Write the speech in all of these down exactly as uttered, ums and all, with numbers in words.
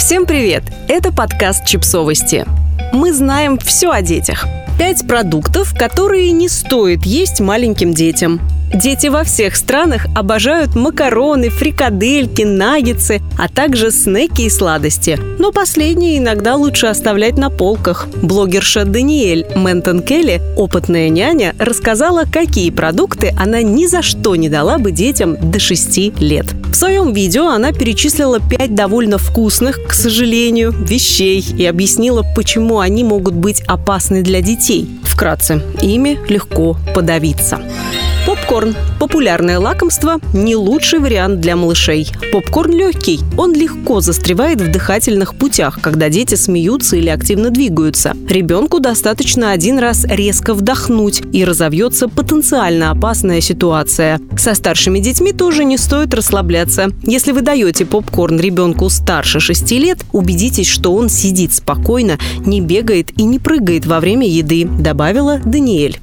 Всем привет! Это подкаст «Чипсовости». Мы знаем все о детях. Пять продуктов, которые не стоит есть маленьким детям. Дети во всех странах обожают макароны, фрикадельки, наггетсы, а также снеки и сладости. Но последние иногда лучше оставлять на полках. Блогерша Даниэль Ментон-Келли, опытная няня, рассказала, какие продукты она ни за что не дала бы детям до шести лет. В своем видео она перечислила пять довольно вкусных, к сожалению, вещей и объяснила, почему они могут быть опасны для детей. Вкратце, ими легко подавиться. Попкорн – популярное лакомство, не лучший вариант для малышей. Попкорн легкий, он легко застревает в дыхательных путях, когда дети смеются или активно двигаются. Ребенку достаточно один раз резко вдохнуть, и разовьется потенциально опасная ситуация. Со старшими детьми тоже не стоит расслабляться. Если вы даете попкорн ребенку старше шести лет, убедитесь, что он сидит спокойно, не бегает и не прыгает во время еды, добавила Даниэль.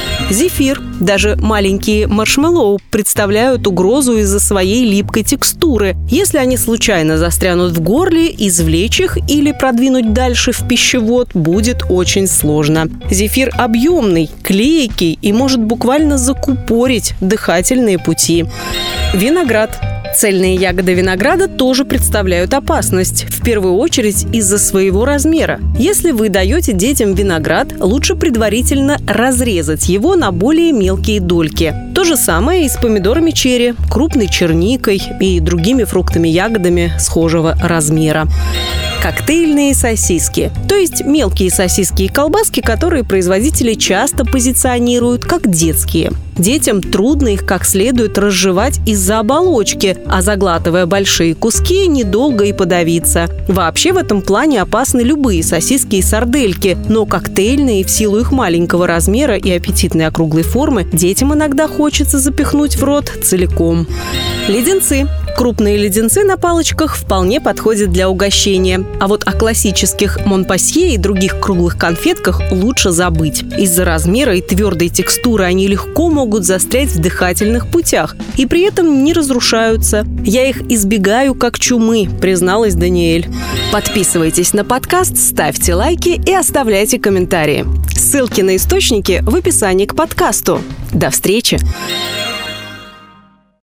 Зефир. Даже маленькие маршмеллоу представляют угрозу из-за своей липкой текстуры. Если они случайно застрянут в горле, извлечь их или продвинуть дальше в пищевод будет очень сложно. Зефир объемный, клейкий и может буквально закупорить дыхательные пути. Виноград. Цельные ягоды винограда тоже представляют опасность, в первую очередь из-за своего размера. Если вы даете детям виноград, лучше предварительно разрезать его на более мелкие дольки. То же самое и с помидорами черри, крупной черникой и другими фруктами-ягодами схожего размера. Коктейльные сосиски, то есть мелкие сосиски и колбаски, которые производители часто позиционируют как детские. Детям трудно их как следует разжевать из-за оболочки, а заглатывая большие куски, недолго и подавиться. Вообще в этом плане опасны любые сосиски и сардельки, но коктейльные, в силу их маленького размера и аппетитной округлой формы, детям иногда хочется запихнуть в рот целиком. Леденцы. Крупные леденцы на палочках вполне подходят для угощения. А вот о классических монпасье и других круглых конфетках лучше забыть. Из-за размера и твердой текстуры они легко могут застрять в дыхательных путях и при этом не разрушаются. Я их избегаю как чумы, призналась Даниэль. Подписывайтесь на подкаст, ставьте лайки и оставляйте комментарии. Ссылки на источники в описании к подкасту. До встречи!